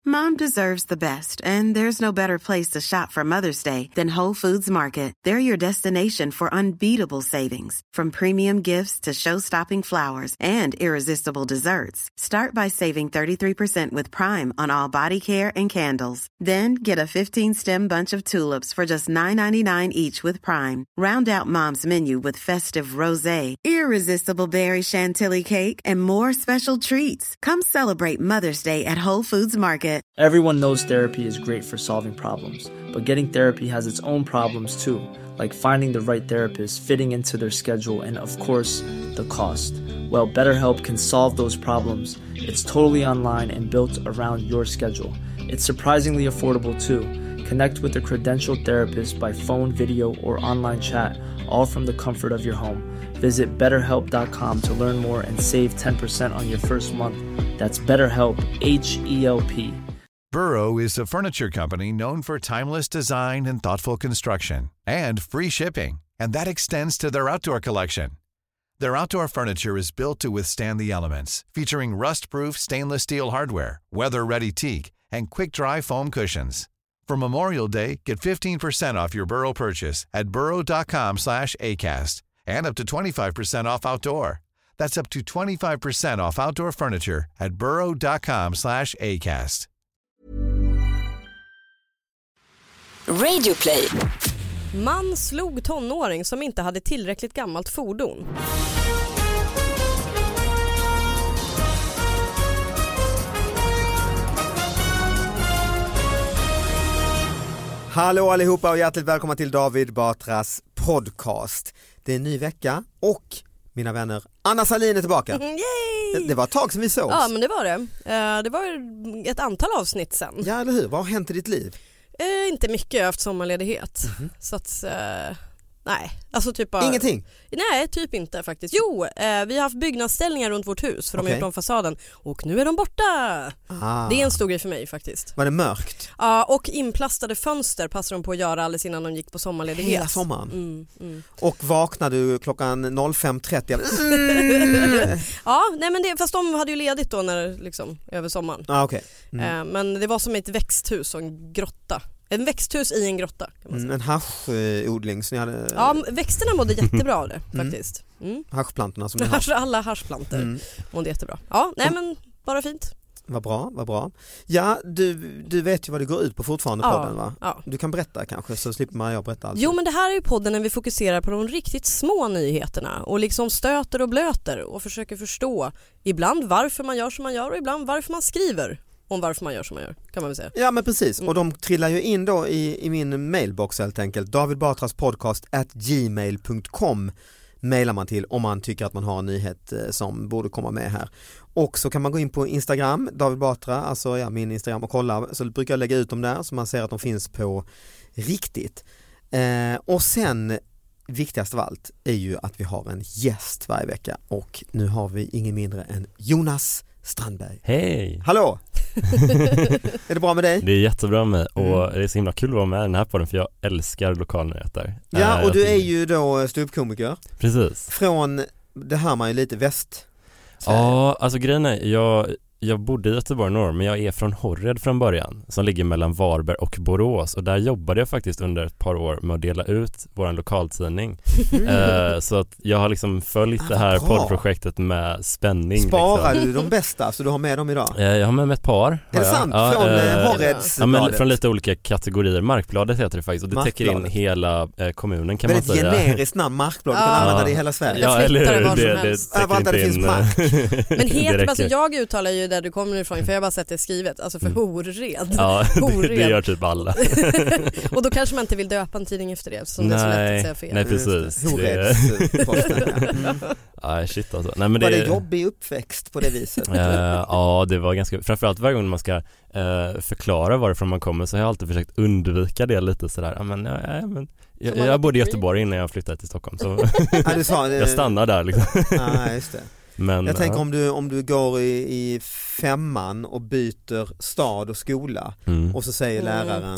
Mom deserves the best, and there's no better place to shop for Mother's Day than Whole Foods Market. They're your destination for unbeatable savings, from premium gifts to show-stopping flowers and irresistible desserts. Start by saving 33% with Prime on all body care and candles. Then get a 15-stem bunch of tulips for just $9.99 each with Prime. Round out Mom's menu with festive rosé, irresistible berry chantilly cake, and more special treats. Come celebrate Mother's Day at Whole Foods Market. Everyone knows therapy is great for solving problems, but getting therapy has its own problems too, like finding the right therapist, fitting into their schedule, and of course, the cost. Well, BetterHelp can solve those problems. It's totally online and built around your schedule. It's surprisingly affordable too. Connect with a credentialed therapist by phone, video, or online chat, all from the comfort of your home. Visit BetterHelp.com to learn more and save 10% on your first month. That's BetterHelp, H-E-L-P. Burrow is a furniture company known for timeless design and thoughtful construction, and free shipping, and that extends to their outdoor collection. Their outdoor furniture is built to withstand the elements, featuring rust-proof stainless steel hardware, weather-ready teak, and quick-dry foam cushions. For Memorial Day, get 15% off your Burrow purchase at burrow.com/acast, and up to 25% off outdoor. That's up to 25% off outdoor furniture at burrow.com/acast. Radio Play. Man slog tonåring som inte hade tillräckligt gammalt fordon. Hallå allihopa och hjärtligt välkomna till David Batras podcast. Det är en ny vecka och mina vänner, Anna Salin är tillbaka. Yay! Det var ett tag som vi sågs. Ja, men det var det. Det var ett antal avsnitt sen. Ja, eller hur? Vad har hänt i ditt liv? Inte mycket, jag har haft sommarledighet. Så att, nej. Alltså typ bara... Ingenting? Nej, typ inte faktiskt. Jo, vi har haft byggnadsställningar runt vårt hus för de har gjort om fasaden. Och nu är de borta. Det är en stor grej för mig faktiskt. Var det mörkt? Ja, och inplastade fönster passade de på att göra alldeles innan de gick på sommarledighet. Hela sommaren? Och vaknade du klockan 05.30? Ja, nej men fast de hade ju ledigt då när, liksom, över sommaren. Okay. Men det var som ett växthus och en grotta. En växthus i en grotta kan man säga. En haschodling som ni hade... Ja, växterna mådde jättebra av det faktiskt. Haschplantorna som ni har. Alla haschplantor mådde jättebra. Ja, nej men bara fint. Vad bra. Ja, du vet ju vad det går ut på fortfarande podden, va? Ja. Du kan berätta kanske så slipper man jag berätta allt. Jo, men det här är ju podden när vi fokuserar på de riktigt små nyheterna och liksom stöter och blöter och försöker förstå ibland varför man gör som man gör och ibland varför man skriver om varför man gör som man gör, kan man väl säga. Ja, men precis. Och de trillar ju in då i min mailbox helt enkelt. davidbatraspodcast@gmail.com mailar man till om man tycker att man har en nyhet som borde komma med här. Och så kan man gå in på Instagram, David Batra, alltså min Instagram, och kolla. Så brukar jag lägga ut dem där så man ser att de finns på riktigt. Och sen, viktigast av allt är ju att vi har en gäst varje vecka. Och nu har vi ingen mindre än Jonas Strandberg. Hej! Hallå! Är det bra med dig? Det är jättebra med mig och det är så himla kul att vara med i den här podden för jag älskar lokalnyheter. Ja, och du är ju då ståuppkomiker. Precis. Från, det hör man ju lite väst. Ja, alltså grejen är, jag bodde i Göteborg norr, men jag är från Horred från början som ligger mellan Varberg och Borås och där jobbade jag faktiskt under ett par år med att dela ut vår lokaltidning. Så att jag har liksom följt det här poddprojektet med spänning. Sparar liksom. du de bästa så du har med dem idag? Jag har med mig ett par. Är det sant? Ja, från Horreds men från lite olika kategorier. Markbladet heter det faktiskt och det täcker in hela kommunen kan man säga. Väldigt generiskt namn, Markbladet, kan använda det i hela Sverige. Ja, eller hur? Det finns mark. Men heter alltså, jag uttalar ju där du kommer ifrån, för jag har bara sett det skrivet, alltså för Horred. Ja, det gör typ alla. Och då kanske man inte vill döpa en tidning efter det, som det är så lätt att säga fel. Nej, precis. Shit alltså. Nej, men var det jobbig uppväxt på det viset? Ja, det var ganska, framförallt varje gång man ska förklara varifrån man kommer så har jag alltid försökt undvika det lite sådär. Jag bodde i Göteborg innan jag flyttade till Stockholm så jag stannar där liksom. Just det. Men, jag tänker om du går i 5:an och byter stad och skola och så säger läraren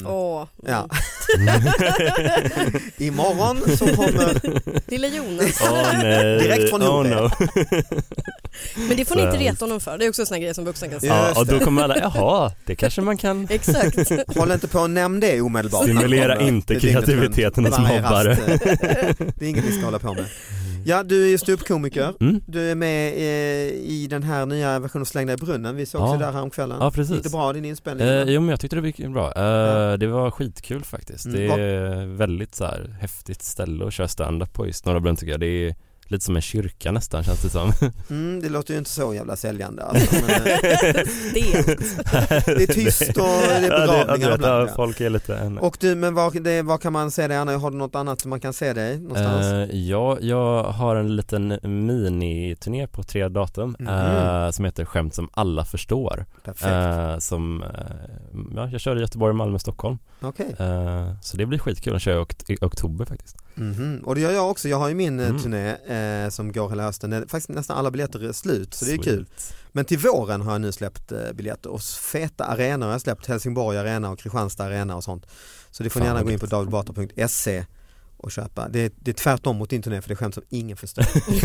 imorgon så kommer lilla Jonas direkt från Horred. Men det får ni inte reta honom för. Det är också en sån här grej som vuxna kan säga. Ja, och då kommer alla, jaha, det kanske man kan. Exakt. Håll inte på att nämna det omedelbart. Stimulera inte kreativiteten hos mobbare. Det är inget vi ska hålla på med. Ja, du är ju ståuppkomiker. Du är med i den här nya versionen Slängda i brunnen. Vi såg också där häromkvällen. Ja, precis. Gick det bra din inspelning? Jo, men jag tyckte det gick bra. Det var skitkul faktiskt. Det är väldigt så här häftigt ställe att köra stand-up på i Norra Brunn, tycker jag. Det är lite som en kyrka nästan, känns det som. Det låter ju inte så jävla säljande alltså, men, det är tyst och det är begravningar ibland, folk är lite Och du, men vad kan man se dig, Anna? Har du något annat som man kan se dig någonstans? Jag har en liten mini-turné på 3 datum som heter Skämt som alla förstår. Som jag kör i Göteborg, Malmö, Stockholm. Så det blir skitkul att köra i oktober faktiskt. Och det gör jag också. Jag har ju min turné som går hela hösten. Faktiskt nästan alla biljetter är slut, så det är kul. Men till våren har jag nu släppt biljetter och feta arenor. Jag har släppt Helsingborg Arena och Kristianstad Arena och sånt. Så det får ni gärna gå in på davidbatra.se och köpa. Det är tvärtom mot din turné, för det är skämt som ingen förstår.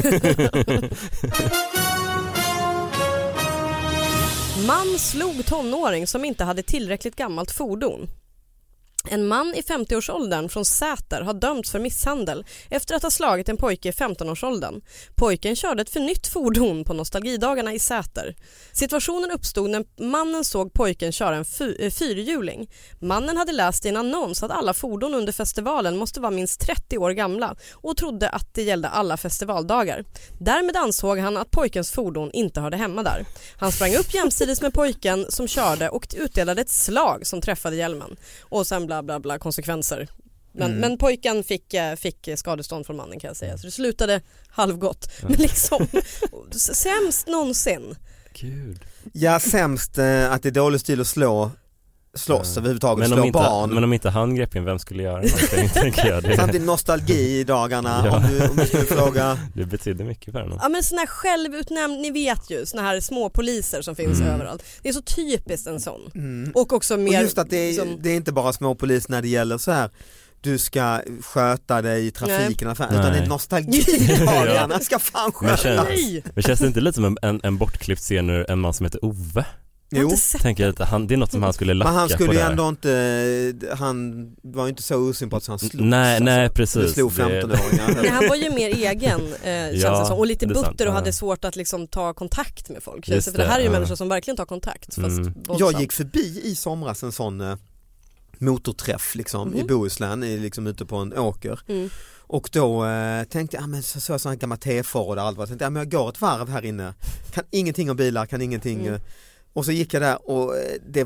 Man slog tonåring som inte hade tillräckligt gammalt fordon. En man i 50-årsåldern från Säter har dömts för misshandel efter att ha slagit en pojke i 15-årsåldern. Pojken körde ett förnytt fordon på nostalgidagarna i Säter. Situationen uppstod när mannen såg pojken köra en fyrhjuling. Mannen hade läst i en annons att alla fordon under festivalen måste vara minst 30 år gamla och trodde att det gällde alla festivaldagar. Därmed ansåg han att pojkens fordon inte hörde hemma där. Han sprang upp jämsides med pojken som körde och utdelade ett slag som träffade hjälmen. Och sen bla bla konsekvenser. Men pojken fick skadestånd från mannen, kan jag säga. Så det slutade halvgott. Men liksom sämst någonsin. Gud. Ja, sämst att det är dålig stil att slåss överhuvudtaget, slå barn. Men om inte han grep in, vem skulle göra det? Samtidigt nostalgi i dagarna, om du skulle fråga. Det betyder mycket för honom. Ja, men såna här självutnämnd, ni vet ju, såna här små poliser som finns överallt. Det är så typiskt en sån. Och också mer... Och just att det är inte bara små poliser när det gäller så här, du ska sköta dig i trafiken, utan det är nostalgi. Dagarna ska fan sköta. Men känns det inte lite som en bortklippt scen ur En man som heter Ove? Jo, tänker att det är något som han skulle lacka på. Men han skulle ju ändå inte, han var ju inte så osympatisk, han slog. Nej, precis. Han slog 15-åringar. Men han var ju mer egen, känns det som. Och lite butter och hade sant. svårt att liksom ta kontakt med folk. För det här är ju människor som verkligen tar kontakt. Fast jag gick förbi i somras en sån motorträff liksom, i Bohuslän, liksom ute på en åker. Och då tänkte jag, men så jag sån gammal T-for och allt. Jag tänkte, men jag går ett varv här inne. Kan ingenting om bilar, kan ingenting... Och så gick jag där och det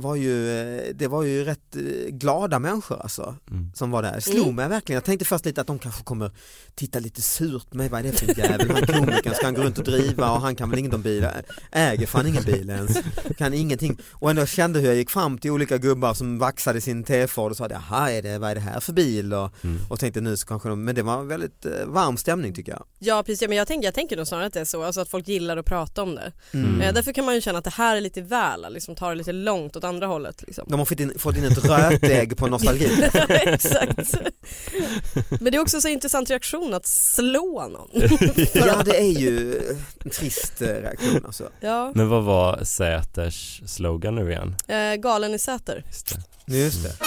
var ju rätt glada människor alltså, som var där. Det slog mig verkligen. Jag tänkte först lite att de kanske kommer titta lite surt med, vad är det för en jävel? Han komikern, ska han gå runt och driva, och han kan väl ingen om bilar. Äger fan ingen bil ens. Kan ingenting. Och ändå kände hur jag gick fram till olika gubbar som vaxade sin T-Ford och sa, vad är det här för bil? Och tänkte nu så kanske men det var en väldigt varm stämning, tycker jag. Ja, precis. Men jag tänker nog snarare att det är så, alltså att folk gillar att prata om det. Därför kan man ju känna att det här är lite liksom tar det lite långt åt andra hållet liksom. De har fått in ett rötägg på nostalgi. Exakt. Men det är också så intressant reaktion att slå någon. Ja, det är ju en trist reaktion alltså. Ja. Men vad var Säters slogan nu igen? Galen i Säter. Just det.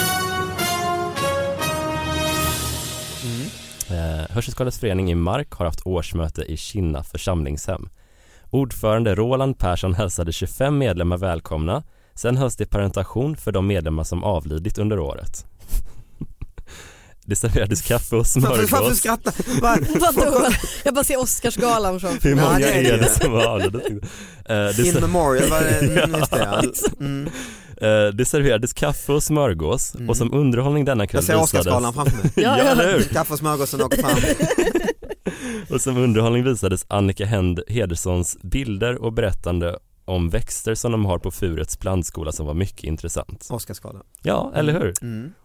Hörselskadades förening i Mark har haft årsmöte i Kinna församlingshem. Ordförande Roland Persson hälsade 25 medlemmar välkomna. Sen hölls det parentation för de medlemmar som avlidit under året. Det serverades kaffe och smörgås. Varför skrattar? Vadå? Jag bara ser Oscarsgalan från. Hur många är det som var avlidit? In memorial var det. Det serverades kaffe och smörgås och som underhållning denna kväll visades... Jag ser Oscarsgalan framför mig. Ja. Kaffe och smörgåsen åker fram. Och som underhållning visades Annika Hederssons bilder och berättande om växter som de har på Furets plantskola som var mycket intressant. Oscarsgalan. Ja, eller hur?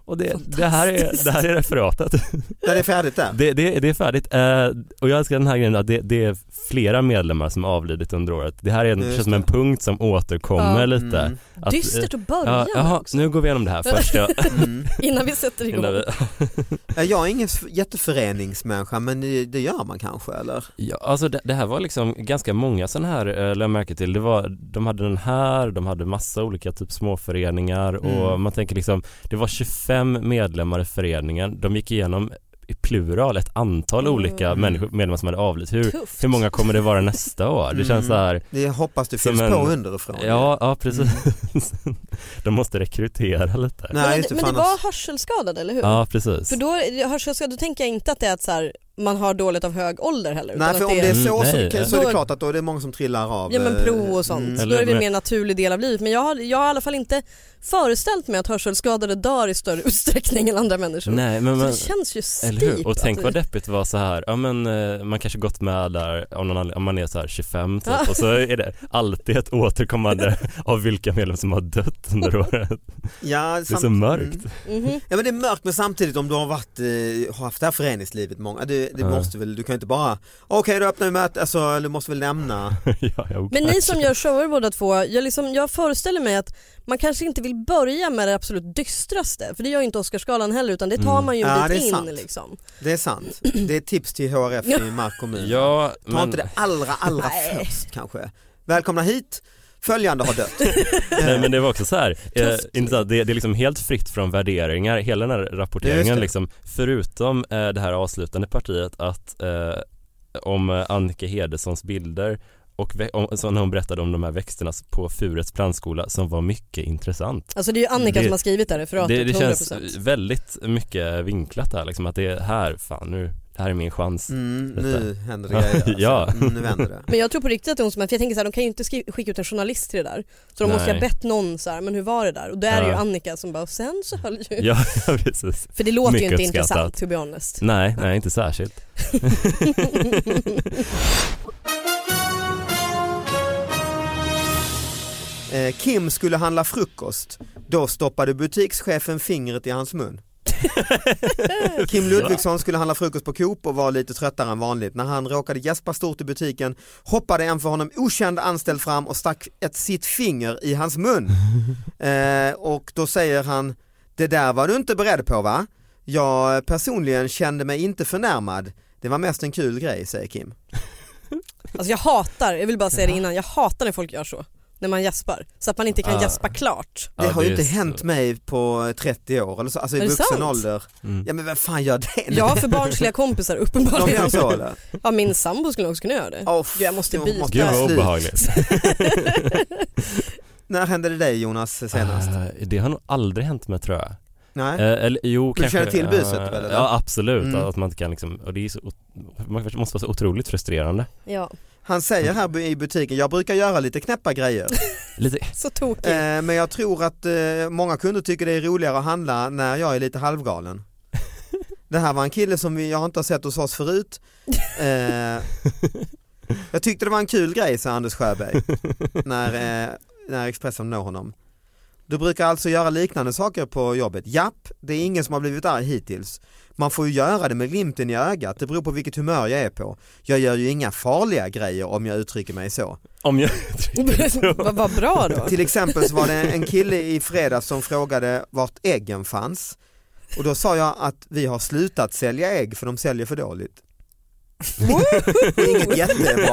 Och det här är referatet. Det är färdigt där. Det är färdigt. Och jag älskar den här grejen att det är flera medlemmar som avlidit under året. Det här är som en punkt som återkommer lite. Att, dystert att börja med också. Nu går vi igenom det här först. Innan vi sätter igång. Jag är ingen jätteföreningsmänniska, men det gör man kanske, eller? Ja, alltså det här var liksom ganska många sådana här, lade jag märke till. De hade den här, de hade massa olika typ småföreningar och man tänker liksom, det var 25 medlemmar i föreningen. De gick igenom i plural ett antal olika medlemmar som hade avlidit. Hur många kommer det vara nästa år? Det känns så här. Det hoppas du fylls på underifrån. Ja, precis. De måste rekrytera lite. Nej, men det var hörselskadade, eller hur? Ja, precis. För då hörselskadade, då tänker jag inte att det är att så här, man har dåligt av hög ålder heller. Nej, för om det är så är det klart att då är det många som trillar av. Ja, men prov och sånt. Då är det en mer naturlig del av livet. Men jag har i alla fall inte föreställt mig att hörselskadade dör i större utsträckning än andra människor. Nej, men det känns ju stipt. Och tänk vad deppigt var så här. Ja, men man kanske gått med där om man är så här 25 typ, och så är det alltid ett återkommande av vilka medlemmar som har dött under året. Ja, det är så mörkt. Ja, men det är mörkt, men samtidigt om du har haft det här föreningslivet många, det måste väl, du kan inte bara okej, då öppnar vi mötet, alltså, du måste väl nämna. Men ni som gör shower båda två, jag föreställer mig att man kanske inte vill börja med det absolut dystraste, för det gör ju inte Oscarsgalan heller, utan det tar man ju en bit in liksom. Det är sant. Det är tips till HRF i Mark kommun. Ja, ta inte det allra först kanske. Välkomna hit. Följande har dött. Nej, men det var också så här, det är liksom helt fritt från värderingar, hela den här rapporteringen liksom, förutom det här avslutande partiet att om Annika Hedessons bilder och så när hon berättade om de här växterna på Furets plantskola som var mycket intressant. Alltså det är ju Annika som har skrivit det för att det känns väldigt mycket vinklat där liksom, att det är här, fan nu, det här är min chans. Nu händer det grejer. Alltså. Ja. Nu vänder det. Men jag tror på riktigt att det är hon som, för jag tänker så här, de kan ju inte skicka ut en journalist till det där. Så de måste ha bett någon så här, men hur var det där? Och där är ju Annika som bara, sen så höll ju. Ja, precis. För det låter mycket ju inte intressant, to be honest. Nej, inte särskilt. Kim skulle handla frukost. Då stoppade butikschefen fingret i hans mun. Kim Ludvigsson skulle handla frukost på Coop och var lite tröttare än vanligt. När han råkade gäspa stort i butiken hoppade en för honom okänd anställd fram och stack sitt finger i hans mun. Och då säger han: det där var du inte beredd på, va? Jag personligen kände mig inte förnärmad. Det var mest en kul grej, säger Kim. Alltså jag vill bara säga det innan, jag hatar när folk gör så. När man jaspar, så att man inte kan jaspa klart. Det har ju inte hänt mig på 30 år eller så, alltså i vuxen ålder. Ja, men vem fan gör det? Jag har för barnsliga kompisar uppenbarligen. De gör så, eller? Ja, min sambo skulle också kunna göra det. Jag måste byta. Gud vad obehagligt. När hände det dig, Jonas, senast? Det har nog aldrig hänt mig, tror jag. Nej. Eller jo, du kanske, känner till buset väl? Ja, absolut. Att man inte kan liksom, och det är så, man måste vara så otroligt frustrerande. Ja. Han säger här i butiken, jag brukar göra lite knäppa grejer. Så tokigt. Men jag tror att många kunder tycker det är roligare att handla när jag är lite halvgalen. Det här var en kille som jag inte har sett hos oss förut. Jag tyckte det var en kul grej, sa Anders Sjöberg när Expressen når honom. Du brukar alltså göra liknande saker på jobbet. Japp, det är ingen som har blivit arg hittills. Man får ju göra det med glimten i ögat. Det beror på vilket humör jag är på. Jag gör ju inga farliga grejer om jag uttrycker mig så. Vad bra då. Till exempel så var det en kille i fredags som frågade vart äggen fanns. Och då sa jag att vi har slutat sälja ägg för de säljer för dåligt. Inget jättebra.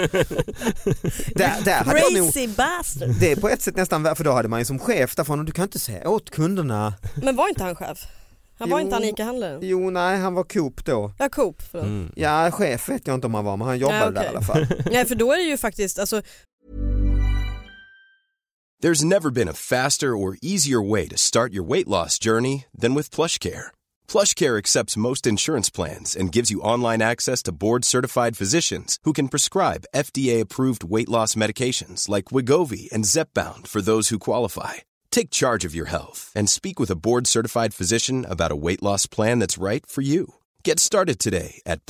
Där hade Crazy bastard. Det är på ett sätt nästan, för då hade man ju som chef därför, du kan inte säga åt kunderna. Men var inte han chef? Han var inte Annika-handlaren? Jo, nej, han var Coop då. Ja, Coop, förlåt. Ja, chef vet jag inte om han var, men han jobbade där i alla fall. Nej, för då är det ju faktiskt, alltså... There's never been a faster or easier way to start your weight loss journey than with PlushCare. PlushCare accepts most insurance plans and gives you online access to board-certified physicians who can prescribe FDA-approved weight loss medications like Wegovy and Zepbound for those who qualify. Take charge of your health and speak with a board-certified physician about a weight loss plan that's right for you. Get started today at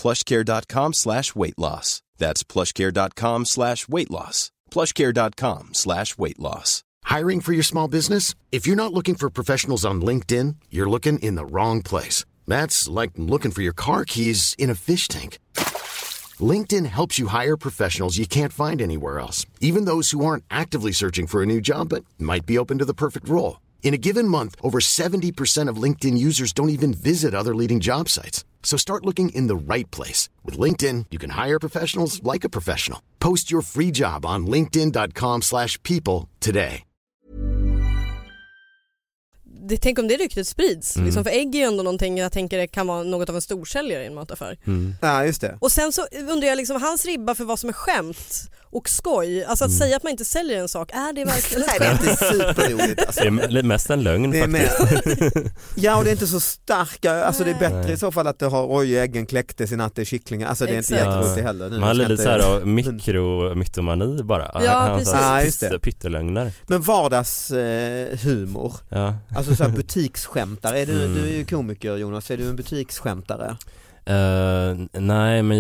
plushcare.com/weightloss. That's plushcare.com/weightloss. plushcare.com/weightloss. Hiring for your small business? If you're not looking for professionals on LinkedIn, you're looking in the wrong place. That's like looking for your car keys in a fish tank. LinkedIn helps you hire professionals you can't find anywhere else, even those who aren't actively searching for a new job but might be open to the perfect role. In a given month, over 70% of LinkedIn users don't even visit other leading job sites. So start looking in the right place. With LinkedIn, you can hire professionals like a professional. Post your free job on linkedin.com/people today. Tänk om det ryktet sprids. Liksom, för ägg är ju ändå någonting jag tänker det kan vara något av en storsäljare i en mataffär. Ja, just det. Och sen så undrar jag liksom, hans ribba för vad som är skämt och skoj. Alltså att säga att man inte säljer en sak, är det verkligen Nej, det är inte superroligt. Alltså. Det är mest en lögn faktiskt. Ja, och det är inte så starka. Alltså det är bättre i så fall att det har äggen kläcktes i natt, det är kycklingar. Alltså det är inte jätteroligt heller. Nu man har lite så här av mikromytomani bara. Ja, precis. Just det. Pyttelögner. Men vardagshumor. Ja. Alltså så här butiksskämtare. Du är ju komiker, Jonas. Är du en butiksskämtare? Nej, men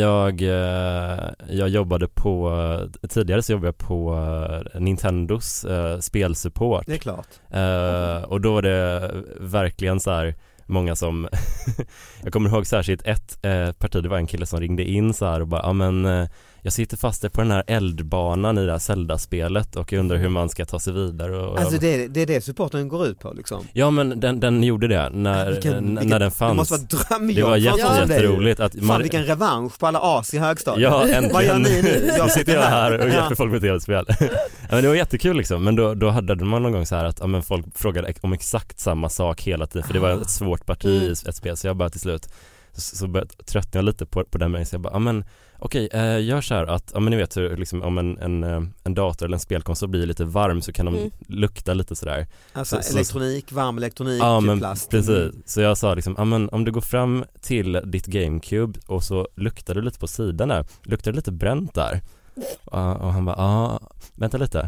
jag jobbade på tidigare så jobbade jag på Nintendos spelsupport. Det är klart. Och då var det verkligen så här många som jag kommer ihåg särskilt ett parti, det var en kille som ringde in så här och bara, ja men jag sitter fast på den här eldbanan i det här Zelda-spelet och jag undrar hur man ska ta sig vidare. Och alltså det är det supporten går ut på liksom. Ja, men den gjorde det när den fanns. Det måste vara drömjobb. Det var jätteroligt att fan vilken revansch på alla as i högstadiet. Ja, äntligen. Vad gör ni nu? Jag sitter här och hjälper folk med tv-spel. Men det var jättekul liksom. Men då hade man någon gång så här att men folk frågade om exakt samma sak hela tiden. För det var ett svårt parti i ett spel. Så jag bara till slut så började tröttna jag lite på den mängden. Så jag bara, men okej, gör så här att men ni vet hur liksom, om en dator eller en spelkonsol blir lite varm så kan de lukta lite sådär. Alltså elektronik, varm elektronik, ja, men plast. Precis. Så jag sa liksom, men om du går fram till ditt GameCube och så luktar du lite på sidan där, luktar det lite bränt där? Och han bara, vänta lite.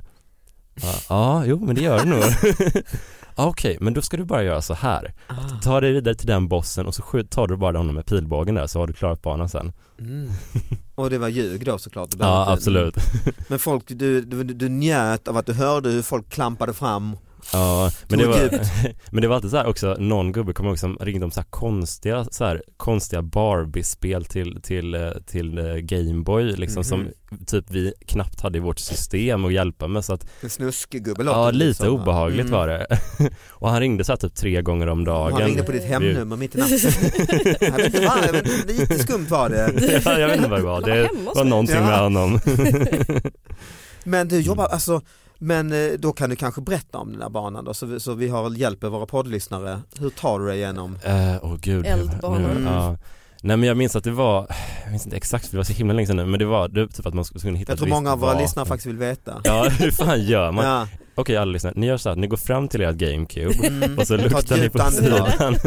Jo, men det gör det nog. Okej, men då ska du bara göra så här. Ta dig vidare till den bossen och så tar du bara honom med pilbågen där så har du klarat banan sen. Och det var ljug då såklart. Ja, absolut. Men folk, du njöt av att du hörde hur folk klampade fram. Ja, men det var alltid så här också, någon gubbe kom ihåg som ringde om så här konstiga Barbie-spel till Gameboy liksom, som typ vi knappt hade i vårt system att hjälpa med, så att en snuskgubbe. Ja, lite liksom obehagligt var det. Och han ringde så här typ 3 gånger om dagen. Han ringde på ditt hemnummer mitt i natten. Jag vet inte vad, lite skumt var det. Ja, jag vet inte vad det var. Det var någonting med honom. Men du jobbar alltså. Men då kan du kanske berätta om den där banan då, så vi har hjälp av våra poddlyssnare. Hur tar du dig igenom eldbanan? Ja. Nej, men jag minns att det var, jag minns inte exakt för det var så himla länge sedan nu, men det var typ att man skulle hitta. Jag tror många av våra lyssnare faktiskt vill veta. Ja, hur fan gör man? Ja. Okej, alla lyssnare, ni gör så här, ni går fram till ert GameCube och så luktar ni på sidan.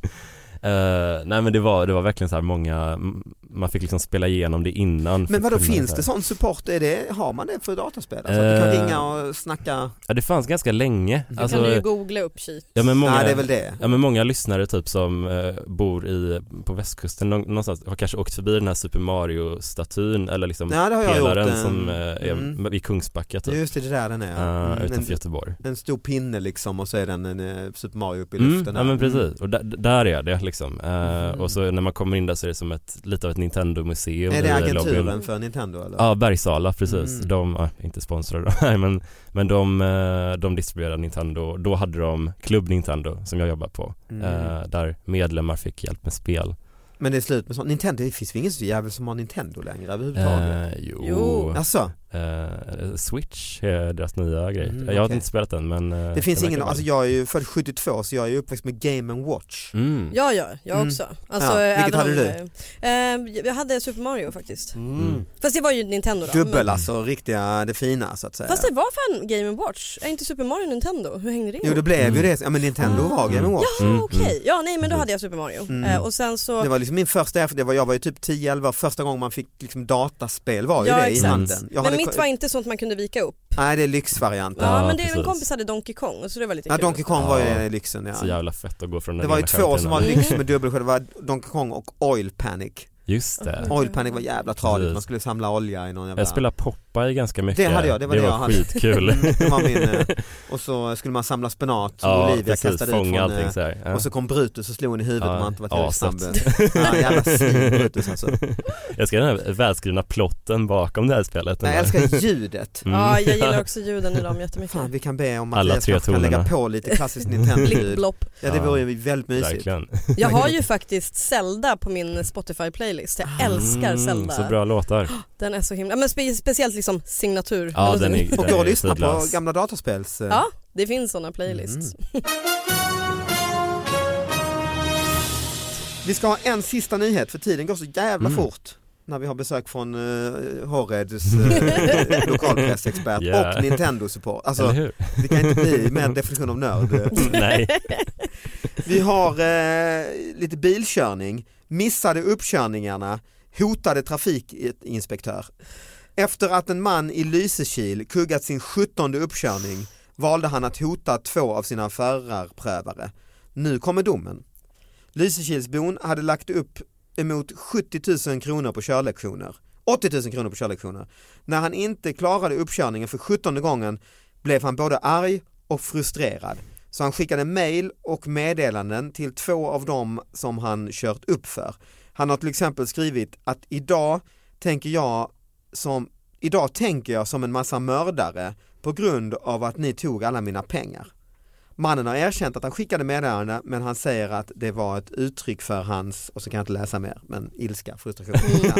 Nej, men det var verkligen så här många, man fick liksom spela igenom det innan. Men vadå, finns det sån support? Har man det för dataspel? Alltså att du kan ringa och snacka? Ja, det fanns ganska länge. Du kan ju googla upp shit. Ja, men många, det är väl det. Ja, men många lyssnare typ som bor på västkusten någonstans har kanske åkt förbi den här Super Mario-statyn eller liksom pelaren som är i Kungsbacka typ. Just det där den är. Utanför Göteborg. En stor pinne liksom och så är den en Super Mario uppe i luften. Ja, men precis. Och där är det liksom. Och så när man kommer in där så är det som lite av ett Nintendo-museum. Är det agenturen för Nintendo eller? Ja, Bergsala, precis. De inte sponsrade men de distribuerade Nintendo. Då hade de Klubb Nintendo som jag jobbar på. Där medlemmar fick hjälp med spel. Men det är slut med sånt. Nintendo, det finns ingen så jävel som har Nintendo längre överhuvudtaget. Jo. Alltså. Switch är deras nya grej. Jag har inte spelat den, men det finns ingen, alltså jag är ju född 72 så jag är ju uppväxt med Game & Watch. Ja, jag också. Alltså, vilket hade du? Jag hade Super Mario faktiskt. Fast det var ju Nintendo då. Dubbel alltså, riktiga, det fina så att säga. Fast det var fan Game & Watch. Är inte Super Mario Nintendo? Hur hängde det ihop? Jo, det blev ju det. Ja, men Nintendo var Game & Watch. Ja, okej. Ja, nej, men då hade jag Super Mario. Och sen så... Det var liksom min första, jag var ju typ 10-11, första gången man fick liksom dataspel var ju det exakt. i handen. Men mitt var inte sånt man kunde vika upp. Nej, det är lyxvarianten. Ja, men en kompis hade Donkey Kong så det var lite kul. Ja, Donkey Kong var ju lyxen, ja. Så jävla fett att gå från den. Det var ju 2 som var lyx med dubbelskärm. Det var Donkey Kong och Oil Panic. Just det. Oil Panic var jävla tradigt. Precis. Man skulle samla olja i någon jävla... Jag spelade Popeye ganska mycket. Det hade jag, det var skitkul. Det var min... Och så skulle man samla spenat som Olivia kastade ut från... Så här. Ja. Och så kom Brutus och slog en i huvudet om man inte var tillräckligt snabb. Ja, jävla svin Brutus alltså. Jag ska den här välskrivna plotten bakom det här spelet. Nej, jag älskar ljudet. Ja, jag gillar också ljuden i dem jättemycket. Fan, vi kan be om att alla jag kan lägga på lite klassiskt Nintendo-ljud. Ja, det vore ju väldigt mysigt. Verkligen. Jag har ju faktiskt Zelda på min Spotify-playlist. Jag älskar Zelda. Så bra låtar. Den är så himla... Men speciellt liksom signatur. Ja, den är, och jag lyssnar på gamla dataspels. Ja, det finns sådana playlists. Vi ska ha en sista nyhet för tiden går så jävla fort. När vi har besök från Horreds lokalpressexpert och Nintendo-support. Alltså, det kan inte bli med en definition av nörd. Nej. Vi har lite bilkörning, missade uppkörningarna, hotade trafikinspektör. Efter att en man i Lysekil kuggat sin 17:e uppkörning valde han att hota 2 av sina förarprövare. Nu kommer domen. Lysekilsbon hade lagt upp emot 70 000 kronor på körlektioner. 80 000 kronor på körlektioner. När han inte klarade uppkörningen för 17:e gången blev han både arg och frustrerad. Så han skickade mejl och meddelanden till 2 av dem som han kört upp för. Han har till exempel skrivit att idag tänker jag som en massa mördare på grund av att ni tog alla mina pengar. Mannen har erkänt att han skickade meddelande, men han säger att det var ett uttryck för hans, och så kan jag inte läsa mer, men ilska, frustration.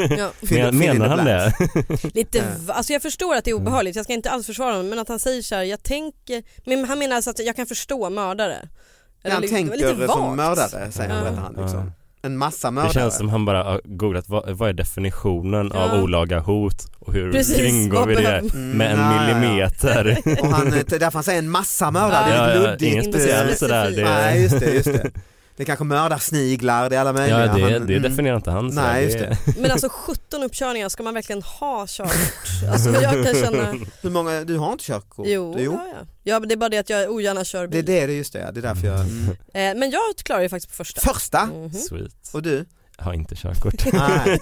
Menar han det? Lite, alltså jag förstår att det är obehagligt, jag ska inte alls försvara honom, men att han säger så här, jag tänker, men han menar alltså att jag kan förstå mördare. Eller han tänker som mördare, säger han liksom. En massa mördare. Det känns som han bara har googlat vad är definitionen av olaga hot och hur kringgår vi det med en millimeter. Och han, därför han säger en massa mördare, det är luddigt. Ingen speciell sådär. Nej, just det. Det kanske mördar sniglar, det är alla möjliga. Ja, det definierar inte han. Nej, just det. Men alltså 17 uppkörningar, ska man verkligen ha körkort? Alltså jag kan känna... Hur många, du har inte körkort? Jo. Ja, det är bara det att jag ogärna kör bil. Det är just det, det är därför jag... Men jag klarar ju faktiskt på första. Sweet. Och du? Jag har inte körkort. Nej,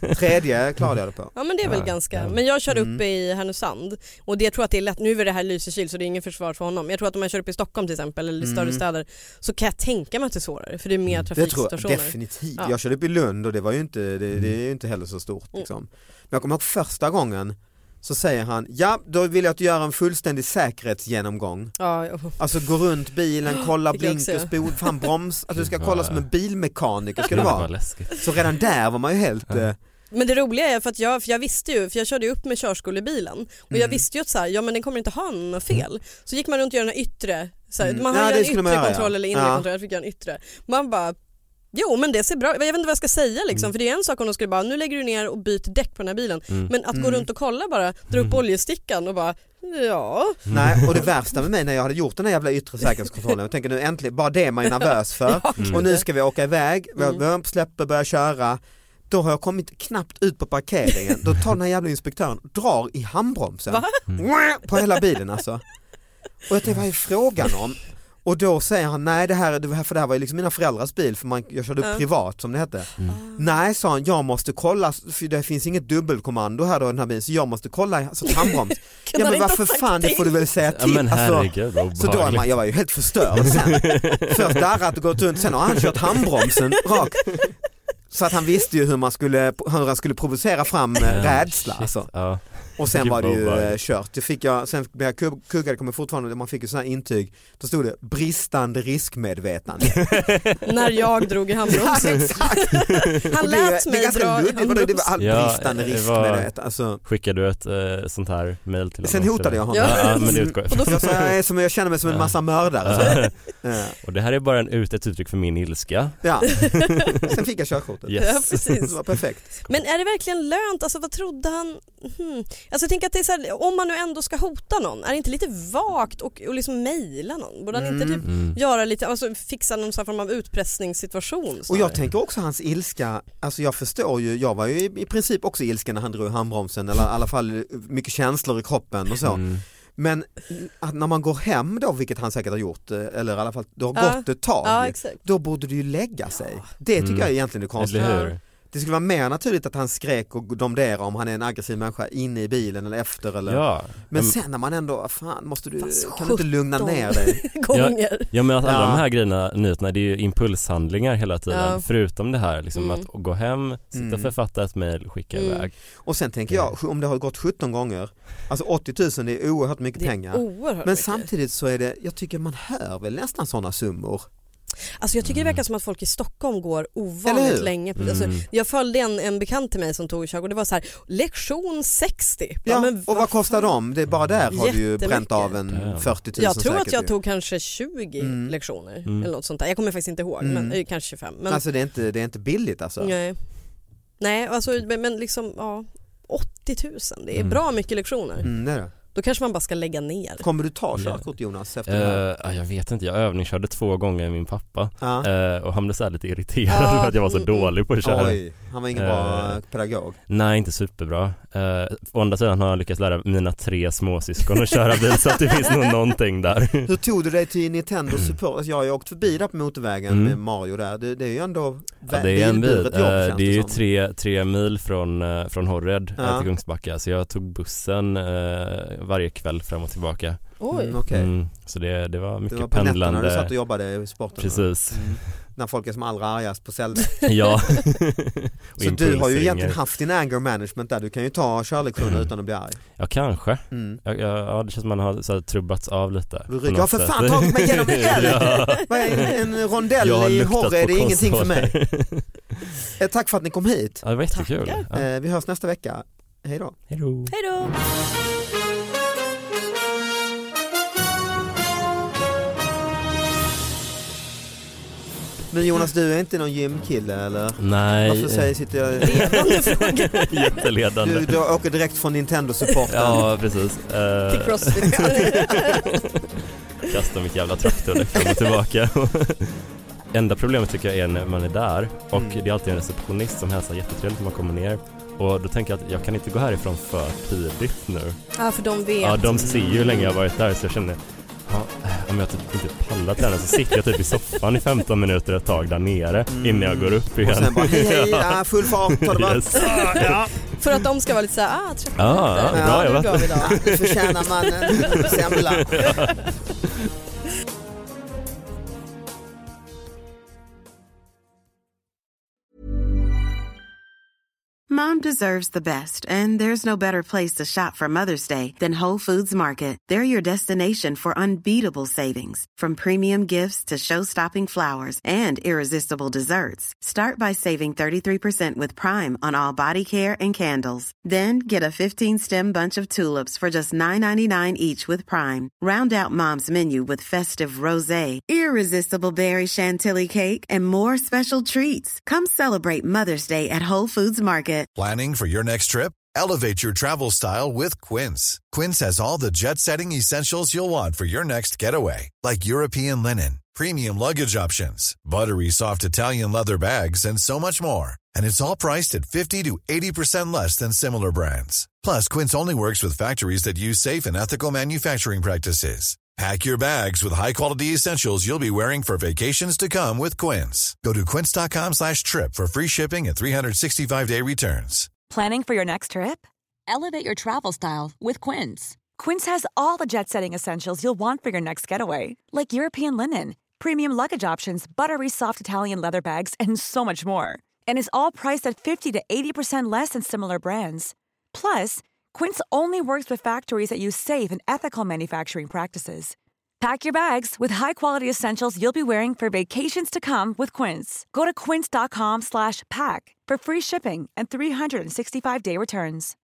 3:e klarade jag det på. Ja, men det är väl ganska. Men jag kör upp i Härnösand och jag tror att det är lätt. Nu är det här Lysekil så det är ingen försvar för honom. Jag tror att om man kör upp i Stockholm till exempel eller större städer så kan jag tänka mig att det är svårare för det är mer trafikstationer. Det tror jag definitivt. Ja. Jag körde upp i Lund och det var ju inte det är ju inte heller så stort liksom. Men jag kommer ihåg första gången så säger han, ja då vill jag att du gör en fullständig säkerhetsgenomgång. Alltså gå runt bilen, kolla blinkers, fan broms, att du ska kolla som en bilmekaniker ska det vara. Så redan där var man ju helt... Men det roliga är för att jag visste ju, för jag körde ju upp med körskolebilen och jag visste ju att så här, ja men den kommer inte ha något fel. Så gick man runt och göra den yttre, så här, man har ju en yttre kontroll eller inre kontroll, jag fick göra en yttre. Man bara, jo men det ser bra, jag vet inte vad jag ska säga liksom, för det är en sak om de skulle bara, nu lägger du ner och byter däck på den här bilen. Men att gå runt och kolla bara, dra upp oljestickan och bara, ja. Nej, och det värsta med mig när jag hade gjort den här jävla yttre säkerhetskontrollen, jag tänker nu äntligen, bara det man är nervös för. Och nu ska vi åka iväg, släpper, börja köra. Då har jag kommit knappt ut på parkeringen. Då tar den här jävla inspektören, drar i handbromsen på hela bilen alltså. Och jag tänkte, vad är frågan om? Och då säger han, nej det här var ju liksom mina föräldrars bil, för jag körde upp privat som det hette. Nej, sa han, jag måste kolla, för det finns inget dubbelkommando här då i den här bilen, så jag måste kolla så handbroms. Ja men varför fan, det får du väl säga till. Ja, men herregud, så då jag var ju helt förstörd sen. Först där att gått runt, sen har han kört handbromsen rakt. Så att han visste ju hur han skulle provocera fram rädsla alltså. Och sen var det ju kört. Sen blev jag kuggad, kommer fortfarande, man fick ju sån här intyg. Då stod det bristande riskmedvetande. När jag drog i handbromsen. Han lät mig dra i handbromsen. Det var all bristande riskmedvetande. Alltså. Skickade du ett sånt här mejl till honom? Sen hotade jag honom. Ja, men det utgår jag känner mig som en massa mördare. Och det här är bara ett uttryck för min ilska. Ja. Sen fick jag körkortet. Yes. Ja, precis. Det var perfekt. Men är det verkligen lönt? Alltså vad trodde han? Alltså jag tänker att det är så här, om man nu ändå ska hota någon, är det inte lite vagt och liksom mejla någon? Borde han inte typ göra lite, alltså fixa någon form av utpressningssituation? Och jag tänker också hans ilska, alltså jag förstår ju, jag var ju i princip också ilsken när han drog handbromsen, eller i alla fall mycket känslor i kroppen och så. Men att när man går hem då, vilket han säkert har gjort, eller i alla fall det har gått ett tag, då borde det ju lägga sig. Det tycker jag egentligen är konstigt. Det skulle vara mer naturligt att han skrek och domderade om han är en aggressiv människa inne i bilen eller efter. Eller... Ja. Men sen när man ändå, fan, kan du inte lugna ner dig? Gånger. Ja, men att alla de här grejerna, nyheterna, det är ju impulshandlingar hela tiden. Ja. Förutom det här, liksom att gå hem, sitta och författa ett mejl, skicka iväg. Och sen tänker jag, om det har gått 17 gånger, alltså 80 000, det är oerhört mycket pengar. Oerhört men mycket. Samtidigt så är det, jag tycker man hör väl nästan sådana summor. Alltså jag tycker det verkar som att folk i Stockholm går ovanligt länge. Alltså, jag följde en bekant till mig som tog körkort och det var så här, lektion 60. Ja, men och vad kostar de? Det är bara där har du ju bränt av en 40 000. Jag tror säkert att jag tog kanske 20 lektioner eller något sånt där. Jag kommer faktiskt inte ihåg, men kanske 25. Men, alltså det är inte billigt alltså. Nej, alltså, men liksom 80 000, det är bra mycket lektioner. Det är det. Då kanske man bara ska lägga ner. Kommer du ta körkort, Jonas? Efter jag vet inte, jag övningskörde 2 gånger med min pappa och han blev så här lite irriterad för att jag var så dålig på att köra. Oj, han var ingen bra pedagog. Nej, inte superbra. Å andra sidan har jag lyckats lära mina 3 småsyskon att köra bil, så att det finns nog någonting där. Hur tog du dig till Nintendo Support? Alltså jag har ju åkt förbi där på motorvägen med Mario där. Det är ju ändå det är en bil. Det är ju 3 mil från Horred till Kungsbacka. Så jag tog bussen varje kväll fram och tillbaka. Oj. Så det var mycket det var på pendlande. När du satt och jobbade i sporten. Precis. När folk är som allra argast på Zelda. Ja. Så du har ju egentligen haft din anger management där. Du kan ju ta körlektioner utan att bli arg. Ja, kanske. Ja, det känns som man har så här, trubbats av lite. Du rycker, för fan tagit mig igenom en rondell i Horred är ingenting för mig. Tack för att ni kom hit. Ja, det var jättekul. Vi hörs nästa vecka. Hej då. Hej då. Hej då. Men Jonas, du är inte någon gymkille eller? Nej. Varför sitter jag... Ledande fråga. Jätteledande. Du åker direkt från Nintendo-supporten. Ja, precis. Till CrossFit. Kastar mitt jävla traktordäck fram och tillbaka. Enda problemet tycker jag är när man är där och det är alltid en receptionist som hälsar jättetrevligt när man kommer ner. Och då tänker jag att jag kan inte gå härifrån för tidigt nu. Ja, för de vet. Ja, de ser ju hur länge jag har varit där, så jag känner om jag typ inte pallar träna så sitter jag typ i soffan i 15 minuter ett tag där nere innan jag går upp igen. Och sen bara hej, full fart, ta det bara. Yes. För att de ska vara lite så här, 30 bra, jag vet. Nu förtjänar man en semla. Mom deserves the best, and there's no better place to shop for Mother's Day than Whole Foods Market. They're your destination for unbeatable savings, from premium gifts to show-stopping flowers and irresistible desserts. Start by saving 33% with Prime on all body care and candles. Then get a 15-stem bunch of tulips for just $9.99 each with Prime. Round out Mom's menu with festive rosé, irresistible berry chantilly cake, and more special treats. Come celebrate Mother's Day at Whole Foods Market. Planning for your next trip? Elevate your travel style with Quince. Quince has all the jet-setting essentials you'll want for your next getaway, like European linen, premium luggage options, buttery soft Italian leather bags, and so much more. And it's all priced at 50 to 80% less than similar brands. Plus, Quince only works with factories that use safe and ethical manufacturing practices. Pack your bags with high-quality essentials you'll be wearing for vacations to come with Quince. Go to quince.com/trip for free shipping and 365-day returns. Planning for your next trip? Elevate your travel style with Quince. Quince has all the jet-setting essentials you'll want for your next getaway, like European linen, premium luggage options, buttery soft Italian leather bags, and so much more. And is all priced at 50 to 80% less than similar brands. Plus, Quince only works with factories that use safe and ethical manufacturing practices. Pack your bags with high-quality essentials you'll be wearing for vacations to come with Quince. Go to quince.com/pack for free shipping and 365-day returns.